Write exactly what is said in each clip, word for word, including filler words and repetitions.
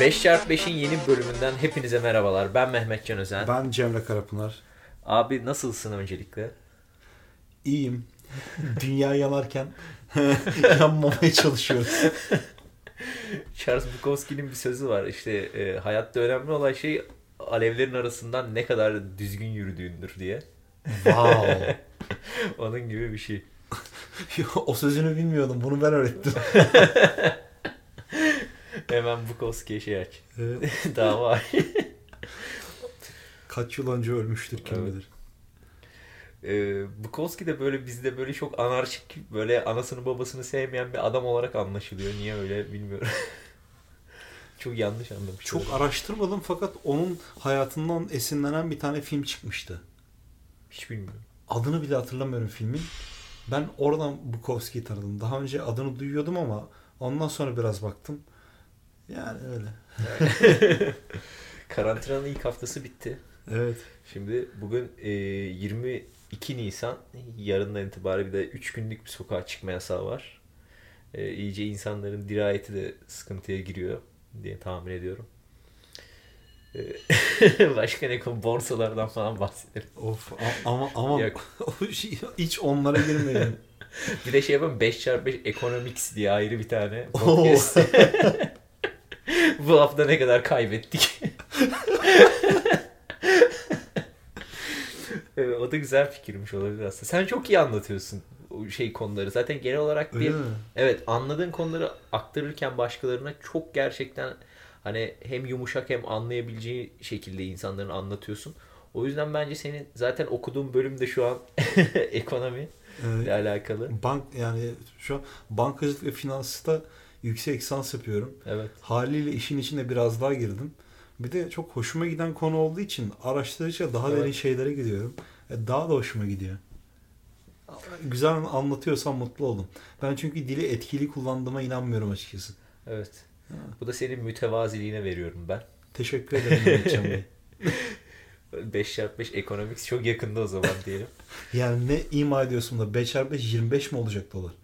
beş çarpı beşin yeni bölümünden hepinize merhabalar. Ben Mehmet Can Özen. Ben Cemre Karapınar. Abi nasılsın öncelikle? İyiyim. Dünya yanarken yanmamaya çalışıyoruz. Charles Bukowski'nin bir sözü var. İşte e, hayatta önemli olan şey alevlerin arasından ne kadar düzgün yürüdüğündür diye. Wow. Onun gibi bir şey. O sözünü bilmiyordum. Bunu ben öğrettim. Hemen Bukowski'ye şey aç. Evet. Dava. Kaç yıl önce ölmüştür kim Evet. bilir. Ee, Bukowski de böyle bizde böyle çok anarşik, böyle anasını babasını sevmeyen bir adam olarak anlaşılıyor. Niye öyle bilmiyorum. Çok yanlış anlamış. Çok araştırmadım fakat onun hayatından esinlenen bir tane film çıkmıştı. Hiç bilmiyorum. Adını bile hatırlamıyorum filmin. Ben oradan Bukowski'yi tanıdım. Daha önce adını duyuyordum ama ondan sonra biraz baktım. Yani öyle. Karantinanın ilk haftası bitti. Evet. Şimdi bugün e, yirmi iki Nisan, yarından itibaren bir de üç günlük bir sokağa çıkma yasağı var. E, iyice insanların dirayeti de sıkıntıya giriyor diye tahmin ediyorum. E, başka ne konu? Borsalardan falan bahsedelim. Of a- ama ama Yok. hiç onlara girmeyelim. Bir de şey yapalım, beş çarpı beş Economics diye ayrı bir tane podcast. Bu hafta ne kadar kaybettik? Evet, o da güzel fikirmiş olabilir aslında. Sen çok iyi anlatıyorsun o şey konuları. Zaten genel olarak bir Öyle mi? evet, anladığın konuları aktarırken başkalarına çok gerçekten hani hem yumuşak hem anlayabileceği şekilde insanların anlatıyorsun. O yüzden bence senin zaten okuduğun bölüm de şu an ekonomi Evet. ile alakalı. Bank yani şu an bankacılık ve finansta yüksek lisans yapıyorum. Evet. Haliyle işin içine biraz daha girdim. Bir de çok hoşuma giden konu olduğu için araştırdıkça daha Evet. derin şeylere gidiyorum. E, Daha da hoşuma gidiyor. Güzel anlatıyorsam mutlu oldum. Ben çünkü dili etkili kullandığıma inanmıyorum açıkçası. Evet. Ha. Bu da senin mütevaziliğine veriyorum ben. Teşekkür ederim Mehmetcan Bey. beş çarpı beş Economics çok yakında o zaman diyelim. Yani ne ima ediyorsun da beş çarpı beş yirmi beş mi olacak dolar?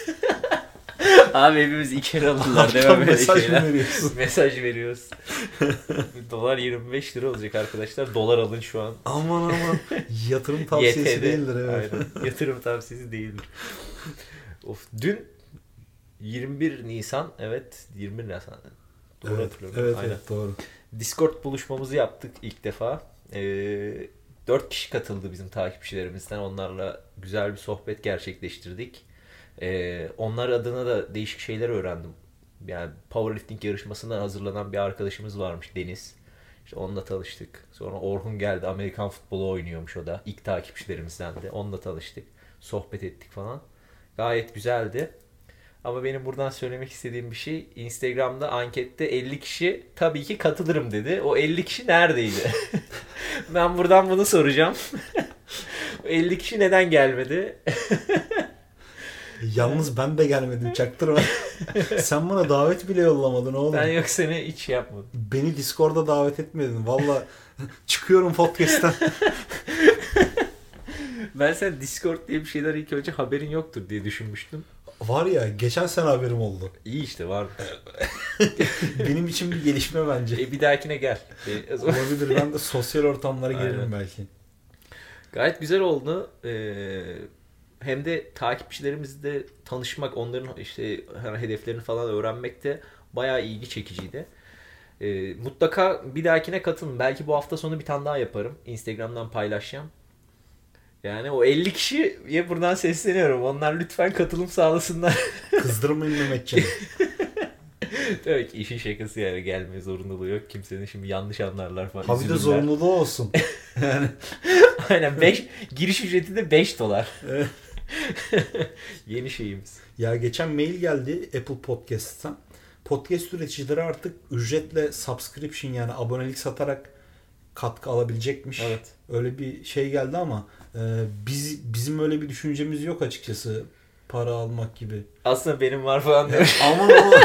Abi hepimiz içeri alırlar değil mi Tam böyle mesaj şeyler? mı veriyorsun? Mesaj veriyoruz. Dolar yirmi beş lira olacak arkadaşlar. Dolar alın şu an. Aman aman. Yatırım tavsiyesi Y T'de. değildir. Evet. Aynen. Yatırım tavsiyesi değildir. Of, dün yirmi bir Nisan, evet yirmi bir Nisan. Doğru Evet, hatırlıyorum. evet, Aynen. evet doğru. Discord buluşmamızı yaptık ilk defa. Ee, dört kişi katıldı bizim takipçilerimizden. Onlarla güzel bir sohbet gerçekleştirdik. Ee, onlar adına da değişik şeyler öğrendim. Yani powerlifting yarışmasından hazırlanan bir arkadaşımız varmış, Deniz. İşte onunla tanıştık. Sonra Orhun geldi. Amerikan futbolu oynuyormuş o da. İlk takipçilerimizden de. Onunla tanıştık. Sohbet ettik falan. Gayet güzeldi. Ama benim buradan söylemek istediğim bir şey, Instagram'da ankette elli kişi tabii ki katılırım dedi. O elli kişi neredeydi? Ben buradan bunu soracağım. O elli kişi neden gelmedi? Yalnız ben de gelmedim, çaktırma. Sen bana davet bile yollamadın oğlum. Ben yok, seni hiç yapmadım. Beni Discord'a davet etmedin. Valla çıkıyorum podcast'ten. Ben sen Discord diye bir şeyler ilk önce haberin yoktur diye düşünmüştüm. Var ya, geçen sene haberim oldu. İyi işte, var. Benim için bir gelişme bence. E, bir dahakine gel. E, Olabilir, ben de sosyal ortamlara Aynen. girerim belki. Gayet güzel oldu. Ee, hem de takipçilerimizle tanışmak, onların işte hedeflerini falan öğrenmek de bayağı ilgi çekiciydi. Ee, mutlaka bir dahakine katılın. Belki bu hafta sonu bir tane daha yaparım. Instagram'dan paylaşacağım. Yani o elli kişiye buradan sesleniyorum. Onlar lütfen katılım sağlasınlar. Kızdırmayın Mehmetcan'ı. Tabii ki işin şakası, yani gelme zorunluluğu yok. Kimsenin şimdi yanlış anlarlar falan. Ha bir de üzülürler. zorunluluğu olsun. Yani Aynen, beş giriş ücreti de beş dolar. Evet. Yeni şeyimiz. Ya geçen mail geldi Apple Podcast'tan. Podcast üreticileri artık ücretle subscription, yani abonelik satarak katkı alabilecekmiş. Evet. Öyle bir şey geldi ama e, biz bizim öyle bir düşüncemiz yok açıkçası, para almak gibi. Aslında benim var falan diyor. Aman aman.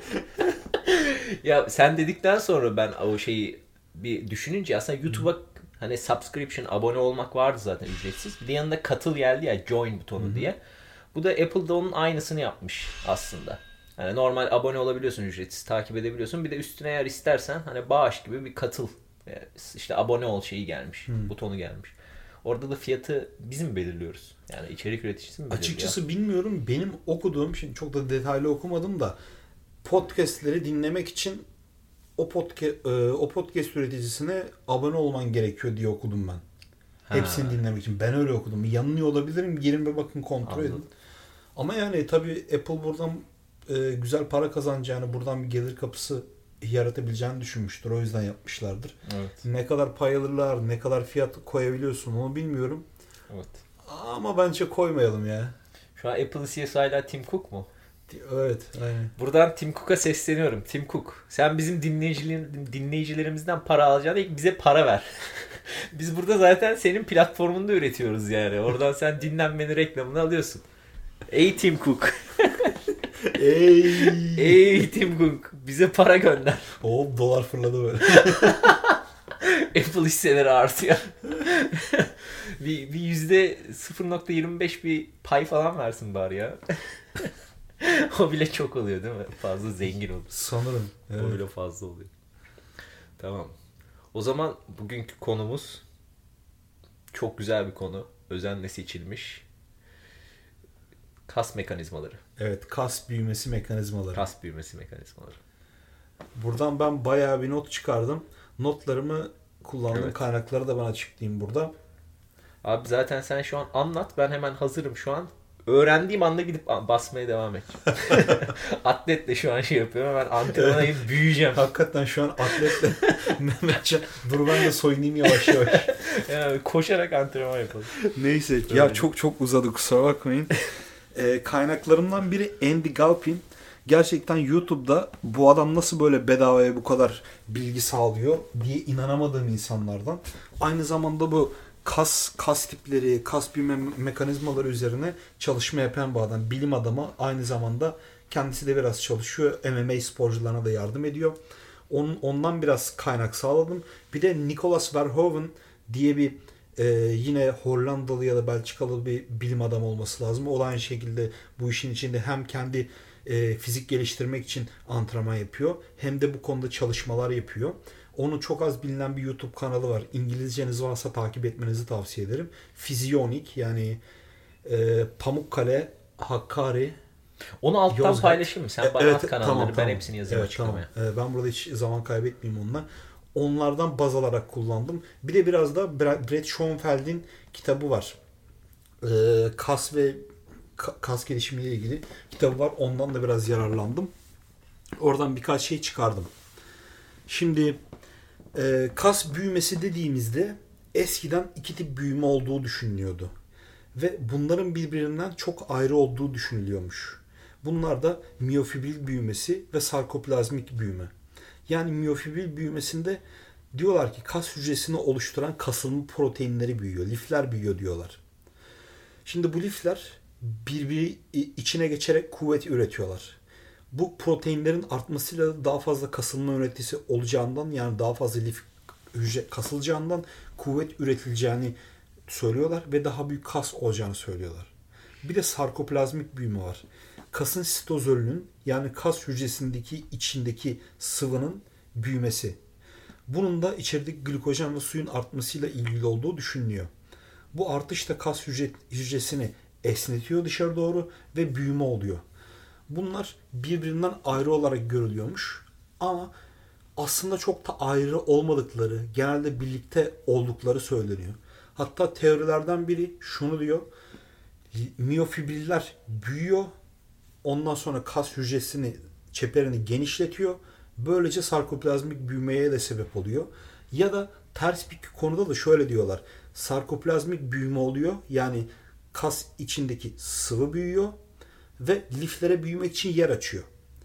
Ya sen dedikten sonra ben o şeyi bir düşününce aslında YouTube'a hani subscription, abone olmak vardı zaten ücretsiz. Bir de yanında katıl geldi ya, join butonu Hı-hı. diye. Bu da Apple'da onun aynısını yapmış aslında. Yani normal abone olabiliyorsun, ücretsiz takip edebiliyorsun. Bir de üstüne eğer istersen hani bağış gibi bir katıl. Yani işte abone ol şeyi gelmiş. Hmm. Butonu gelmiş. Orada da fiyatı biz mi belirliyoruz? Yani içerik üreticisi mi belirliyor? Açıkçası bilmiyorum. Benim okuduğum, şimdi çok da detaylı okumadım da, podcastleri dinlemek için o podcast, o podcast üreticisine abone olman gerekiyor diye okudum ben. Ha. Hepsini dinlemek için. Ben öyle okudum. Yanılıyor olabilirim. Girin ve bakın, kontrol Anladım. edin. Ama yani tabii Apple buradan e, güzel para kazanacağını, buradan bir gelir kapısı yaratabileceğini düşünmüştür. O yüzden yapmışlardır. Evet. Ne kadar pay alırlar, ne kadar fiyat koyabiliyorsun onu bilmiyorum. Evet. Ama bence koymayalım ya. Şu an Apple'ın C E O'su hala Tim Cook mu? Evet, aynen. Buradan Tim Cook'a sesleniyorum. Tim Cook, sen bizim dinleyicilerimizden para alacağına bize para ver. Biz burada zaten senin platformunda üretiyoruz yani. Oradan sen dinlenmeni, reklamını alıyorsun. Ey Tim Cook. Ey. Ey Tim Cook, bize para gönder. O dolar fırladı böyle. Apple hisseleri artıyor. bir, bir yüzde sıfır nokta yirmi beş bir pay falan versin bari ya. O bile çok oluyor değil mi? Fazla zengin olur. Sanırım. Evet. O bile fazla oluyor. Tamam. O zaman bugünkü konumuz çok güzel bir konu. Özenle seçilmiş. Kas mekanizmaları. Evet, kas büyümesi mekanizmaları. Kas büyümesi mekanizmaları. Buradan ben bayağı bir not çıkardım. Notlarımı kullandığım evet. kaynakları da ben açıklayayım burada. Abi zaten sen şu an anlat. Ben hemen hazırım şu an. Öğrendiğim anda gidip basmaya devam edeceğim. Atletle şu an şey yapıyorum. Ben antrenmana gidip büyüyeceğim. Hakikaten şu an atletle Mehmetcan, dur ben de soyunayım yavaş yavaş. Yani koşarak antrenman yapalım. Neyse. Öyle. Ya çok çok uzadı, kusura bakmayın. Ee, kaynaklarımdan biri Andy Galpin. Gerçekten YouTube'da bu adam nasıl böyle bedavaya bu kadar bilgi sağlıyor diye inanamadığım insanlardan. Aynı zamanda bu kas kas tipleri, kas büyüme mekanizmaları üzerine çalışma yapan bu adam. Bilim adamı, aynı zamanda kendisi de biraz çalışıyor. M M A sporcularına da yardım ediyor. Onun, ondan biraz kaynak sağladım. Bir de Nicolas Verhoeven diye bir e, yine Hollandalı ya da Belçikalı bir bilim adamı olması lazım. O da aynı şekilde bu işin içinde hem kendi e, fizik geliştirmek için antrenman yapıyor, hem de bu konuda çalışmalar yapıyor. Onun çok az bilinen bir YouTube kanalı var. İngilizceniz varsa takip etmenizi tavsiye ederim. Physionic, yani e, Pamukkale, Hakkari, onu alttan Yozgat. Paylaşayım mı? Sen bana evet, at kanalları, tamam, ben tamam. hepsini yazayım evet, açıklamaya. Tamam. Ben burada hiç zaman kaybetmeyeyim onunla. Onlardan baz alarak kullandım. Bir de biraz da Brett Schoenfeld'in kitabı var. Ee, kas ve kas gelişimiyle ilgili kitabı var. Ondan da biraz yararlandım. Oradan birkaç şey çıkardım. Şimdi e, kas büyümesi dediğimizde eskiden iki tip büyüme olduğu düşünülüyordu. Ve bunların birbirinden çok ayrı olduğu düşünülüyormuş. Bunlar da miyofibril büyümesi ve sarkoplazmik büyüme. Yani miyofibril büyümesinde diyorlar ki kas hücresini oluşturan kasılma proteinleri büyüyor. Lifler büyüyor diyorlar. Şimdi bu lifler birbiri içine geçerek kuvvet üretiyorlar. Bu proteinlerin artmasıyla daha fazla kasılma üretisi olacağından, yani daha fazla lif hücre kasılacağından kuvvet üretileceğini söylüyorlar ve daha büyük kas olacağını söylüyorlar. Bir de sarkoplazmik büyüme var. Kasın sitozolünün, yani kas hücresindeki içindeki sıvının büyümesi. Bunun da içerideki glikojen ve suyun artmasıyla ilgili olduğu düşünülüyor. Bu artış da kas hücre, hücresini esnetiyor dışarı doğru ve büyüme oluyor. Bunlar birbirinden ayrı olarak görülüyormuş ama aslında çok da ayrı olmadıkları, genelde birlikte oldukları söyleniyor. Hatta teorilerden biri şunu diyor: miyofibriller büyüyor, ondan sonra kas hücresini, çeperini genişletiyor. Böylece sarkoplazmik büyümeye de sebep oluyor. Ya da ters bir konuda da şöyle diyorlar: sarkoplazmik büyüme oluyor, yani kas içindeki sıvı büyüyor ve liflere büyümek için yer açıyor.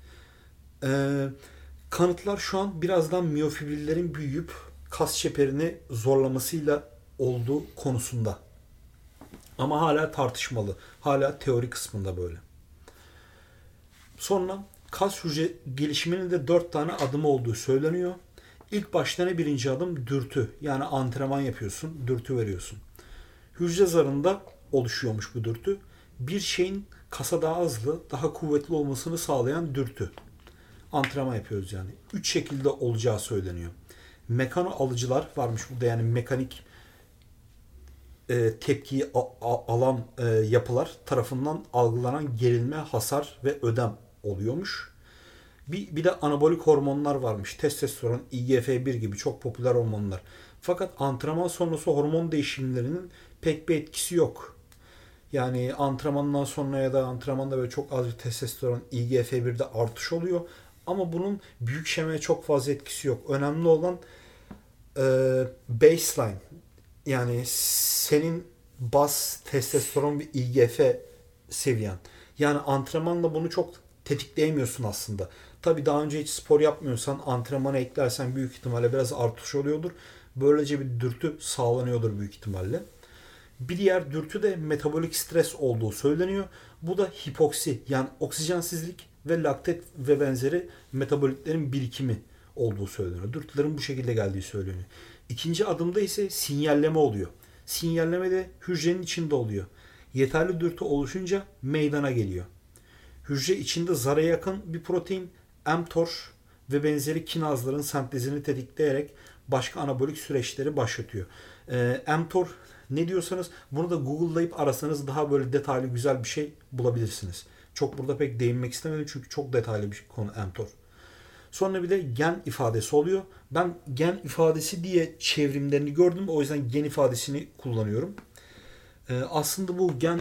Ee, kanıtlar şu an birazdan miyofibrillerin büyüyüp kas çeperini zorlamasıyla olduğu konusunda. Ama hala tartışmalı. Hala teori kısmında böyle. Sonra kas hücre gelişiminin de dört tane adımı olduğu söyleniyor. İlk başta ne birinci adım? Dürtü. Yani antrenman yapıyorsun, dürtü veriyorsun. Hücre zarında oluşuyormuş bu dürtü. Bir şeyin kasa daha hızlı, daha kuvvetli olmasını sağlayan dürtü. Antrenman yapıyoruz yani. Üç şekilde olacağı söyleniyor. Mekano alıcılar varmış burada, yani mekanik e, tepkiyi a- a- alan e, yapılar tarafından algılanan gerilme, hasar ve ödem oluyormuş. Bir, bir de anabolik hormonlar varmış. Testosteron, I G F bir gibi çok popüler hormonlar. Fakat antrenman sonrası hormon değişimlerinin pek bir etkisi yok. Yani antrenmandan sonra ya da antrenmanda böyle çok az bir testosteron, I G F birde artış oluyor. Ama bunun büyük şemaya çok fazla etkisi yok. Önemli olan e, baseline. Yani senin baz testosteron ve I G F seviyen. Yani antrenmanla bunu çok tetikleyemiyorsun aslında. Tabii daha önce hiç spor yapmıyorsan antrenmana eklersen büyük ihtimalle biraz artış oluyordur. Böylece bir dürtü sağlanıyordur büyük ihtimalle. Bir diğer dürtü de metabolik stres olduğu söyleniyor. Bu da hipoksi, yani oksijensizlik ve laktat ve benzeri metabolitlerin birikimi olduğu söyleniyor. Dürtülerin bu şekilde geldiği söyleniyor. İkinci adımda ise sinyalleme oluyor. Sinyalleme de hücrenin içinde oluyor. Yeterli dürtü oluşunca meydana geliyor. Hücre içinde zara yakın bir protein mTOR ve benzeri kinazların sentezini tetikleyerek başka anabolik süreçleri başlatıyor. E, mTOR ne diyorsanız bunu da Google'layıp arasanız daha böyle detaylı güzel bir şey bulabilirsiniz. Çok burada pek değinmek istemedim çünkü çok detaylı bir konu mTOR. Sonra bir de gen ifadesi oluyor. Ben gen ifadesi diye çevrimlerini gördüm. O yüzden gen ifadesini kullanıyorum. Ee, aslında bu gen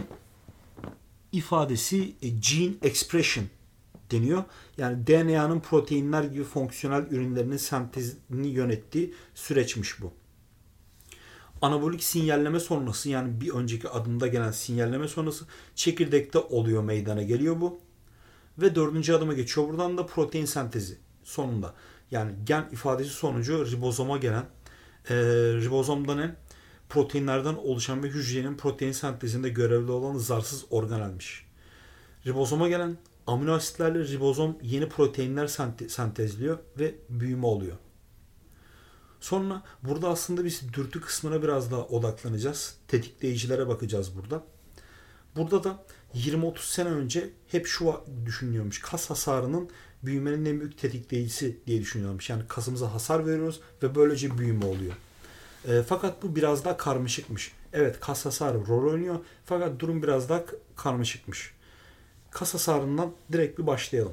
ifadesi e, gene expression deniyor. Yani D N A'nın proteinler gibi fonksiyonel ürünlerinin sentezini yönettiği süreçmiş bu. Anabolik sinyalleme sonrası, yani bir önceki adımda gelen sinyalleme sonrası çekirdekte oluyor, meydana geliyor bu. Ve dördüncü adıma geçiyor. Buradan da protein sentezi sonunda. Yani gen ifadesi sonucu ribozoma gelen, e, ribozomda ne? Proteinlerden oluşan ve hücrenin protein sentezinde görevli olan zarsız organelmiş. Ribozoma gelen amino asitlerle ribozom yeni proteinler sentezliyor ve büyüme oluyor. Sonra burada aslında biz dürtü kısmına biraz daha odaklanacağız. Tetikleyicilere bakacağız burada. Burada da yirmi otuz sene önce hep şu düşünülüyormuş. Kas hasarının büyümenin en büyük tetikleyicisi diye düşünüyormuş. Yani kasımıza hasar veriyoruz ve böylece büyüme oluyor. E, fakat bu biraz daha karmaşıkmış. Evet, kas hasarı rol oynuyor fakat durum biraz daha karmaşıkmış. Kas hasarından direkt bir başlayalım.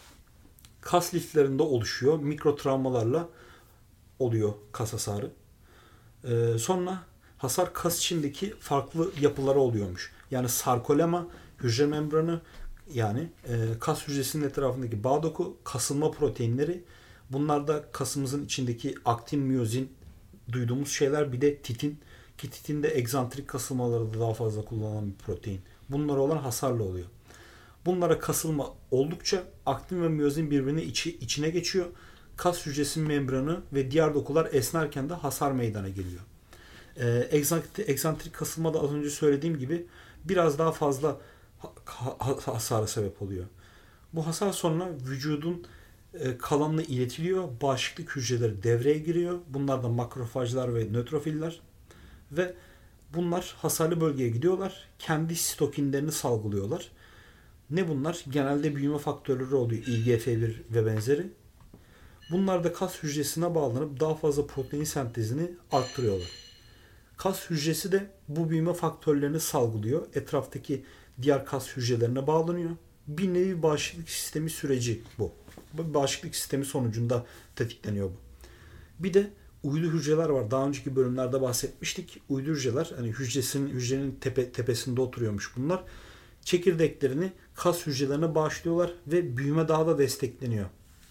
Kas liflerinde oluşuyor. Mikro travmalarla oluyor kas hasarı. Ee, sonra hasar kas içindeki farklı yapılara oluyormuş. Yani sarkolema, hücre membranı, yani e, kas hücresinin etrafındaki bağ doku, kasılma proteinleri. Bunlar da kasımızın içindeki aktin, miyozin duyduğumuz şeyler. Bir de titin. Ki titin de egzantrik kasılmalarda daha fazla kullanılan bir protein. Bunlara olan hasarlı oluyor. Bunlara kasılma oldukça aktin ve miyozin birbirine içi, içine geçiyor. Kas hücresinin membranı ve diğer dokular esnerken de hasar meydana geliyor. Ee, egzantrik kasılma da az önce söylediğim gibi biraz daha fazla ha- ha- hasara sebep oluyor. Bu hasar sonra vücudun e, kalanına iletiliyor. Bağışıklık hücreleri devreye giriyor. Bunlar da makrofajlar ve nötrofiller. Ve bunlar hasarlı bölgeye gidiyorlar. Kendi sitokinlerini salgılıyorlar. Ne bunlar? Genelde büyüme faktörleri oluyor. I G F bir ve benzeri. Bunlar da kas hücresine bağlanıp daha fazla protein sentezini arttırıyorlar. Kas hücresi de bu büyüme faktörlerini salgılıyor. Etraftaki diğer kas hücrelerine bağlanıyor. Bir nevi bağışıklık sistemi süreci bu. Bu bağışıklık sistemi sonucunda tetikleniyor bu. Bir de uydu hücreler var. Daha önceki bölümlerde bahsetmiştik. Uydu hücreler, hani hücresinin hücrenin tepe, tepesinde oturuyormuş bunlar. Çekirdeklerini kas hücrelerine bağışlıyorlar ve büyüme daha da destekleniyor.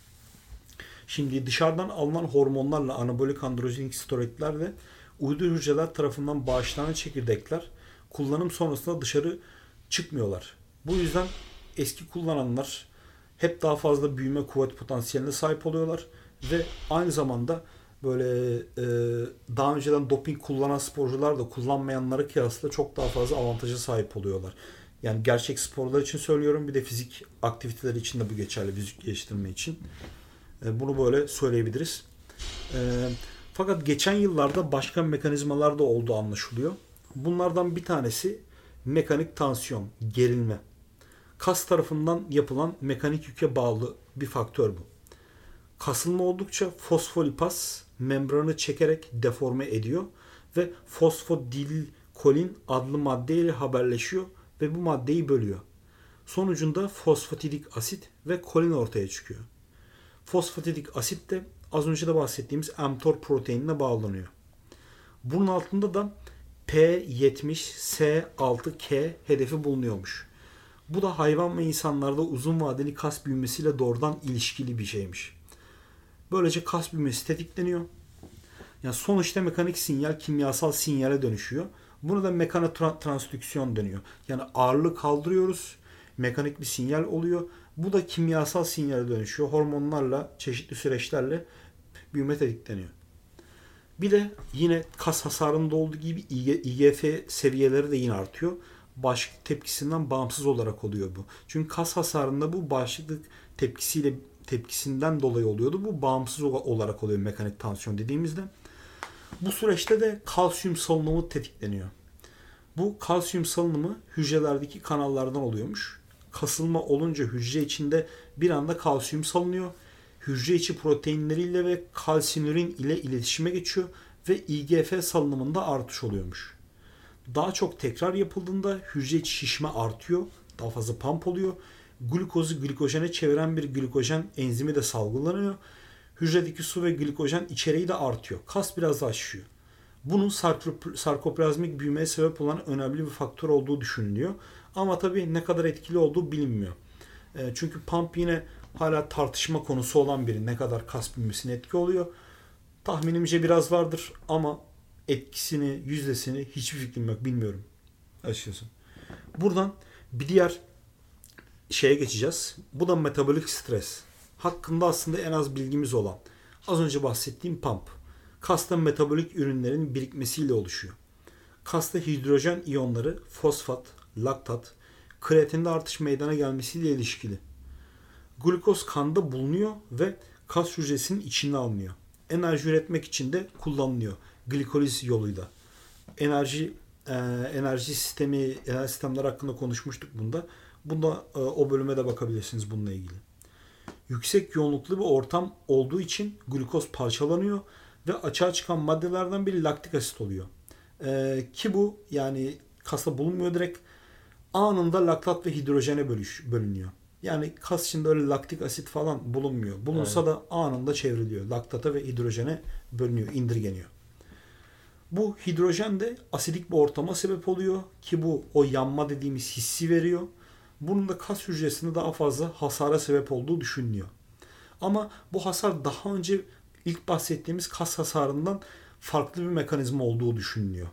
Şimdi dışarıdan alınan hormonlarla, anabolik androjenik steroidlerle uydu hücreler tarafından bağışlanan çekirdekler kullanım sonrasında dışarı çıkmıyorlar. Bu yüzden eski kullananlar hep daha fazla büyüme kuvvet potansiyeline sahip oluyorlar ve aynı zamanda böyle e, daha önceden doping kullanan sporcular da kullanmayanlara kıyasla çok daha fazla avantaja sahip oluyorlar. Yani gerçek sporlar için söylüyorum, bir de fizik aktiviteler için de bu geçerli, fizik geliştirme için. Bunu böyle söyleyebiliriz. E, fakat geçen yıllarda başka mekanizmalar da olduğu anlaşılıyor. Bunlardan bir tanesi mekanik tansiyon, gerilme. Kas tarafından yapılan mekanik yüke bağlı bir faktör bu. Kasılma oldukça fosfolipaz membranı çekerek deforme ediyor ve fosfodilkolin adlı maddeyle haberleşiyor ve bu maddeyi bölüyor. Sonucunda fosfatidik asit ve kolin ortaya çıkıyor. Fosfatidik asit de az önce de bahsettiğimiz mTOR proteinine bağlanıyor. Bunun altında da P yetmiş S altı K hedefi bulunuyormuş. Bu da hayvan ve insanlarda uzun vadeli kas büyümesiyle doğrudan ilişkili bir şeymiş. Böylece kas büyümesi tetikleniyor. Yani sonuçta mekanik sinyal kimyasal sinyale dönüşüyor. Bunu da mekanotransdüksiyon deniyor. Yani ağırlığı kaldırıyoruz, mekanik bir sinyal oluyor. Bu da kimyasal sinyale dönüşüyor. Hormonlarla, çeşitli süreçlerle büyüme tetikleniyor. Bir de yine kas hasarında olduğu gibi I G F seviyeleri de yine artıyor. Bağışıklık tepkisinden bağımsız olarak oluyor bu. Çünkü kas hasarında bu bağışıklık tepkisiyle tepkisinden dolayı oluyordu. Bu bağımsız olarak oluyor mekanik tansiyon dediğimizde. Bu süreçte de kalsiyum salınımı tetikleniyor. Bu kalsiyum salınımı hücrelerdeki kanallardan oluyormuş. Kasılma olunca hücre içinde bir anda kalsiyum salınıyor. Hücre içi proteinleriyle ve kalsinürin ile iletişime geçiyor ve I G F salınımında artış oluyormuş. Daha çok tekrar yapıldığında hücre içi şişme artıyor, daha fazla pump oluyor. Glukozu glikojene çeviren bir glikojen enzimi de salgılanıyor. Hücredeki su ve glikojen içeriği de artıyor. Kas biraz daha şişiyor. Bunun sarkoplazmik büyümeye sebep olan önemli bir faktör olduğu düşünülüyor. Ama tabii ne kadar etkili olduğu bilinmiyor. Çünkü pump yine hala tartışma konusu olan biri. Ne kadar kas büyümesine etki oluyor. Tahminimce biraz vardır ama etkisini, yüzdesini hiçbir fikrim yok. Bilmiyorum. Açıkçası. Buradan bir diğer şeye geçeceğiz. Bu da metabolik stres. Hakkında aslında en az bilgimiz olan. Az önce bahsettiğim pump. Kasta metabolik ürünlerin birikmesiyle oluşuyor. Kasta hidrojen iyonları, fosfat, laktat, kreatinde artış meydana gelmesiyle ilişkili. Glukoz kanda bulunuyor ve kas hücresinin içine alınıyor. Enerji üretmek için de kullanılıyor. Glikoliz yoluyla. Enerji e, enerji sistemi, enerji sistemler hakkında konuşmuştuk bunda. Bunda e, o bölüme de bakabilirsiniz bununla ilgili. Yüksek yoğunluklu bir ortam olduğu için glukoz parçalanıyor ve açığa çıkan maddelerden biri laktik asit oluyor. E, ki bu yani kasta bulunmuyor direkt, anında laktat ve hidrojene bölüş, bölünüyor. Yani kas içinde öyle laktik asit falan bulunmuyor. Bulunsa evet. da anında çevriliyor. Laktata ve hidrojene bölünüyor, indirgeniyor. Bu hidrojen de asidik bir ortama sebep oluyor ki bu o yanma dediğimiz hissi veriyor. Bunun da kas hücresinde daha fazla hasara sebep olduğu düşünülüyor. Ama bu hasar daha önce ilk bahsettiğimiz kas hasarından farklı bir mekanizma olduğu düşünülüyor.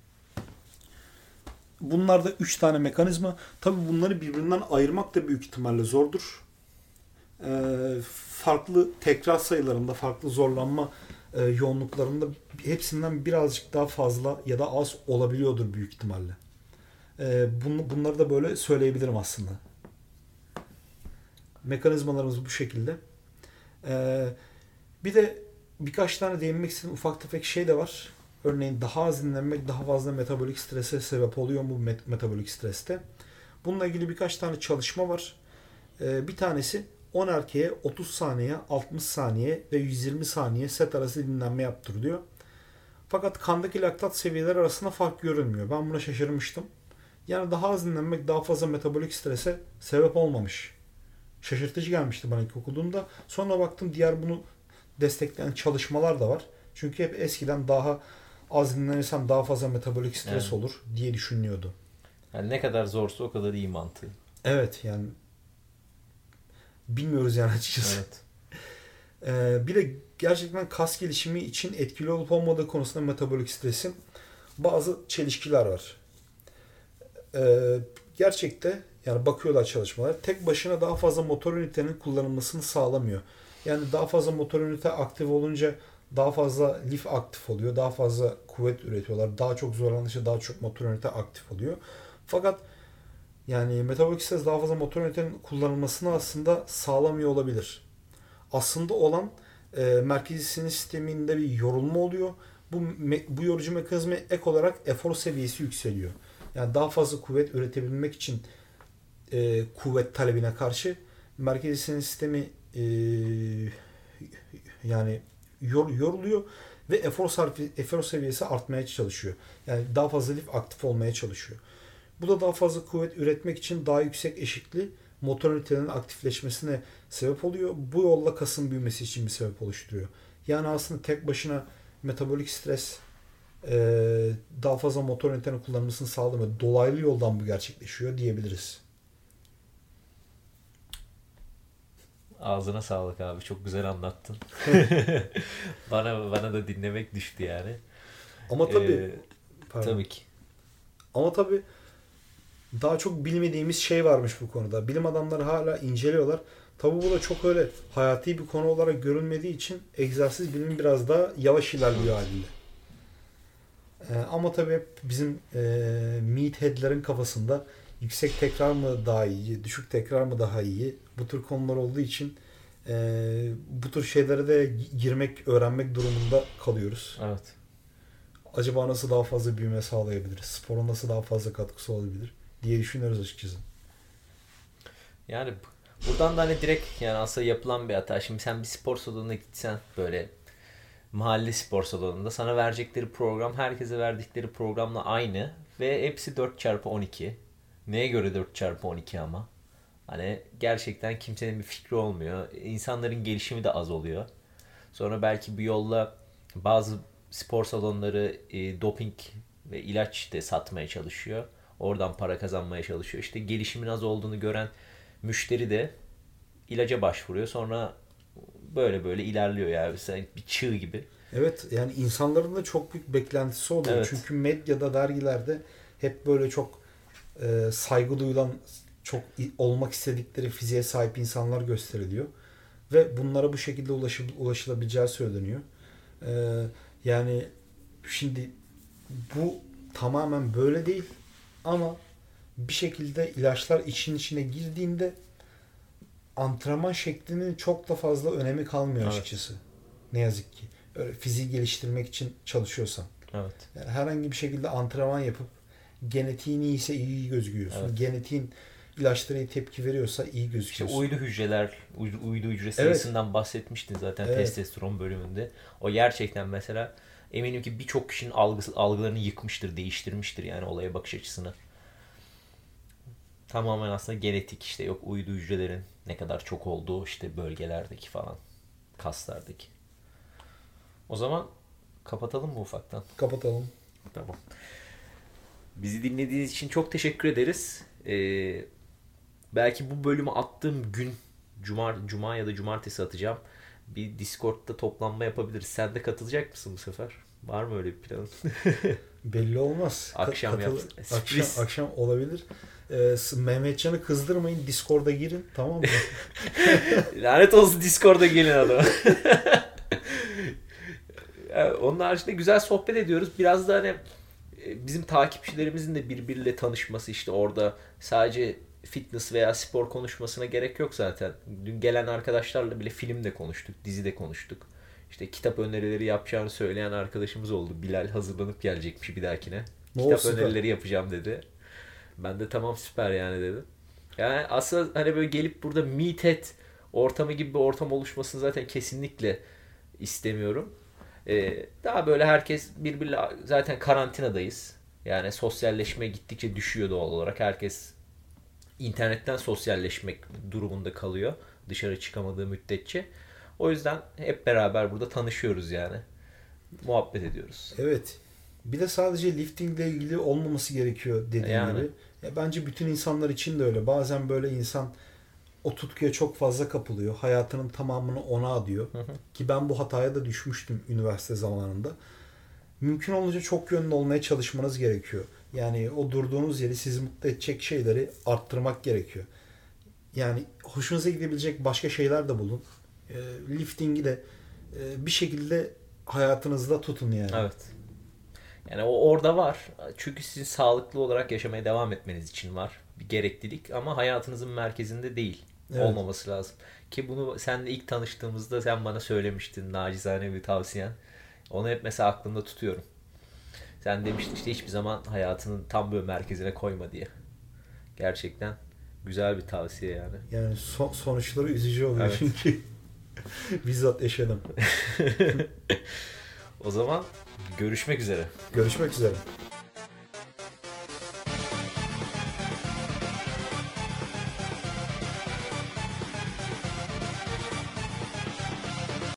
Bunlarda üç tane mekanizma. Tabii bunları birbirinden ayırmak da büyük ihtimalle zordur. Ee, farklı tekrar sayılarında, farklı zorlanma e, yoğunluklarında hepsinden birazcık daha fazla ya da az olabiliyordur büyük ihtimalle. Ee, bun, bunları da böyle söyleyebilirim aslında. Mekanizmalarımız bu şekilde. Ee, bir de birkaç tane değinmek istediğim ufak tefek şey de var. Örneğin daha az dinlenmek daha fazla metabolik strese sebep oluyor mu met- metabolik streste? Bununla ilgili birkaç tane çalışma var. Ee, bir tanesi on erkeğe otuz saniye, altmış saniye ve yüz yirmi saniye set arası dinlenme yaptırılıyor. Fakat kandaki laktat seviyeleri arasında fark görülmüyor. Ben buna şaşırmıştım. Yani daha az dinlenmek daha fazla metabolik strese sebep olmamış. Şaşırtıcı gelmişti bana ilk okuduğumda. Sonra baktım diğer bunu destekleyen çalışmalar da var. Çünkü hep eskiden daha az dinlenirsem daha fazla metabolik stres evet. olur diye düşünüyordu. Yani ne kadar zorsa o kadar iyi mantığı. Evet yani bilmiyoruz yani açıkçası. Evet. Ee, bir de gerçekten kas gelişimi için etkili olup olmadığı konusunda metabolik stresin bazı çelişkiler var. Ee, gerçekte yani bakıyorlar çalışmalar tek başına daha fazla motor ünitenin kullanılmasını sağlamıyor. Yani daha fazla motor ünite aktif olunca daha fazla lif aktif oluyor. Daha fazla kuvvet üretiyorlar. Daha çok zorlanınca daha çok motor ünite aktif oluyor. Fakat yani metabolik stres daha fazla motor ünitenin kullanılmasını aslında sağlamıyor olabilir. Aslında olan e, merkezi sinir sisteminde bir yorulma oluyor. Bu bu yorucu mekanizmaya ek olarak efor seviyesi yükseliyor. Yani daha fazla kuvvet üretebilmek için e, kuvvet talebine karşı merkezi sinir sistemi e, yani yor, yoruluyor ve efor sarfi, efor seviyesi artmaya çalışıyor. Yani daha fazla lif aktif olmaya çalışıyor. Bu da daha fazla kuvvet üretmek için daha yüksek eşikli motor ünitelerinin aktifleşmesine sebep oluyor. Bu yolla kasın büyümesi için bir sebep oluşturuyor. Yani aslında tek başına metabolik stres e, daha fazla motor ünitenin kullanılmasını sağlamıyor. Dolaylı yoldan bu gerçekleşiyor diyebiliriz. Ağzına sağlık abi. Çok güzel anlattın. bana bana da dinlemek düştü yani. Ama tabii Ee, tabii ki. Ama tabii daha çok bilmediğimiz şey varmış bu konuda. Bilim adamları hala inceliyorlar. Tabii bu da çok öyle hayati bir konu olarak görülmediği için egzersiz bilimi biraz daha yavaş ilerliyor haliyle. Ee, ama tabii hep bizim e, meathead'lerin kafasında yüksek tekrar mı daha iyi, düşük tekrar mı daha iyi bu tür konular olduğu için e, bu tür şeylere de girmek, öğrenmek durumunda kalıyoruz. Evet. Acaba nasıl daha fazla büyüme sağlayabiliriz? Spora nasıl daha fazla katkısı olabilir diye düşünüyoruz açıkçası. Yani buradan da hani direkt yani aslında yapılan bir hata. Şimdi sen bir spor salonuna gitsen böyle mahalle spor salonunda sana verecekleri program herkese verdikleri programla aynı ve hepsi dört çarpı on iki. Neye göre dört çarpı on iki ama? Hani gerçekten kimsenin bir fikri olmuyor. İnsanların gelişimi de az oluyor. Sonra belki bu yolla bazı spor salonları e, doping ve ilaç da satmaya çalışıyor. Oradan para kazanmaya çalışıyor. İşte gelişimin az olduğunu gören müşteri de ilaca başvuruyor. Sonra böyle böyle ilerliyor yani. Mesela bir çığ gibi. Evet, yani insanların da çok büyük beklentisi oluyor. Evet. Çünkü medyada, dergilerde hep böyle çok e, saygı duyulan, çok olmak istedikleri fiziğe sahip insanlar gösteriliyor. Ve bunlara bu şekilde ulaşı, ulaşılabileceği söyleniyor. E, yani şimdi bu tamamen böyle değil ama bir şekilde ilaçlar için içine girdiğinde antrenman şeklinin çok da fazla önemi kalmıyor Evet. açıkçası. Ne yazık ki. Öyle fiziği geliştirmek için çalışıyorsan. Evet. Yani herhangi bir şekilde antrenman yapıp genetiğin iyiyse iyi gözüküyorsun. Evet. Genetiğin ilaçlara iyi tepki veriyorsa iyi İşte gözüküyorsun. uydu hücreler, uydu, uydu hücre sayısından bahsetmiştin zaten Evet. testosteron bölümünde. O gerçekten mesela eminim ki birçok kişinin algısı, algılarını yıkmıştır, değiştirmiştir yani olaya bakış açısını. Tamamen aslında genetik işte yok uydu hücrelerin ne kadar çok olduğu işte bölgelerdeki falan kaslardaki. O zaman kapatalım mı ufaktan? Kapatalım. Tamam. Bizi dinlediğiniz için çok teşekkür ederiz. Ee, belki bu bölümü attığım gün Cuma, Cuma ya da Cumartesi atacağım. Bir Discord'da toplanma yapabiliriz. Sen de katılacak mısın bu sefer? Var mı öyle bir planın? Belli olmaz. Akşam Katıl- yap. Akşam, Sürpriz. akşam olabilir. Ee, Mehmetcan'ı kızdırmayın. Discord'a girin. Tamam mı? Lanet olsun Discord'a gelin adama. Yani onun haricinde güzel sohbet ediyoruz. Biraz da hani bizim takipçilerimizin de birbiriyle tanışması işte orada sadece fitness veya spor konuşmasına gerek yok zaten. Dün gelen arkadaşlarla bile film de konuştuk, dizi de konuştuk. İşte kitap önerileri yapacağını söyleyen arkadaşımız oldu. Bilal hazırlanıp gelecekmiş bir dahakine. Ne Kitap olsun önerileri yapacağım dedi. Ben de tamam süper yani dedim. Yani aslında hani böyle gelip burada meethead ortamı gibi bir ortam oluşmasını zaten kesinlikle istemiyorum. Ee, daha böyle herkes birbiriyle zaten karantinadayız. Yani sosyalleşme gittikçe düşüyor doğal olarak. Herkes internetten sosyalleşmek durumunda kalıyor. Dışarı çıkamadığı müddetçe. O yüzden hep beraber burada tanışıyoruz yani. Muhabbet ediyoruz. Evet. Bir de sadece liftingle ilgili olmaması gerekiyor dediğim Yani. gibi. Ya bence bütün insanlar için de öyle. Bazen böyle insan o tutkuya çok fazla kapılıyor. Hayatının tamamını ona adıyor. Hı hı. Ki ben bu hataya da düşmüştüm üniversite zamanında. Mümkün olunca çok yönlü olmaya çalışmanız gerekiyor. Yani o durduğunuz yeri sizi mutlu edecek şeyleri arttırmak gerekiyor. Yani hoşunuza gidebilecek başka şeyler de bulun. E, liftingi de e, bir şekilde hayatınızda tutun yani. Evet. Yani o orada var. Çünkü sizin sağlıklı olarak yaşamaya devam etmeniz için var. Bir gereklilik ama hayatınızın merkezinde değil. Evet. Olmaması lazım. Ki bunu seninle ilk tanıştığımızda sen bana söylemiştin nacizane bir tavsiyen. Onu hep mesela aklımda tutuyorum. Sen demiştin işte hiçbir zaman hayatının tam böyle merkezine koyma diye. Gerçekten Güzel bir tavsiye yani. Yani son, sonuçları üzücü oluyor Evet. çünkü bizzat yaşadım. O zaman görüşmek üzere. Görüşmek üzere.